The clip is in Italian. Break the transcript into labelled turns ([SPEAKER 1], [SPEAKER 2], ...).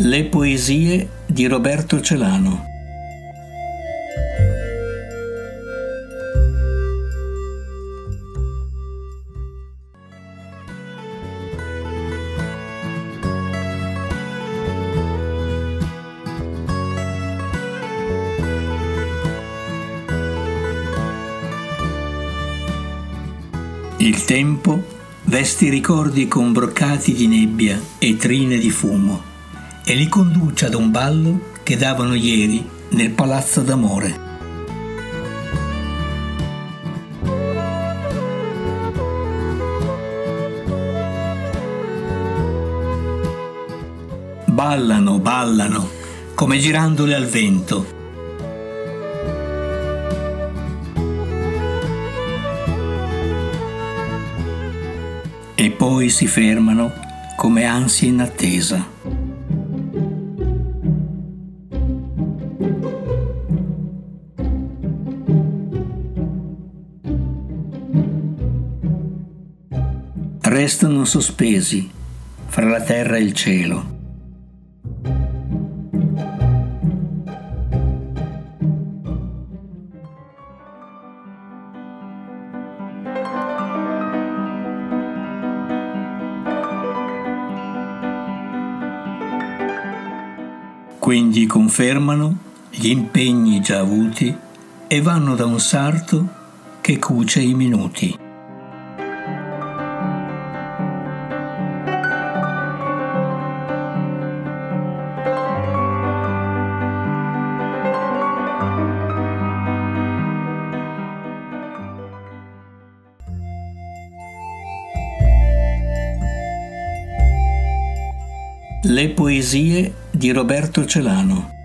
[SPEAKER 1] Le poesie di Roberto Celano. Il tempo veste i ricordi con broccati di nebbia e trine di fumo e li conduce ad un ballo che davano ieri nel palazzo d'amore. Ballano, ballano, come girandole al vento. E poi si fermano come ansie in attesa. Restano sospesi fra la terra e il cielo. Quindi confermano gli impegni già avuti e vanno da un sarto che cuce i minuti. Le poesie di Roberto Celano.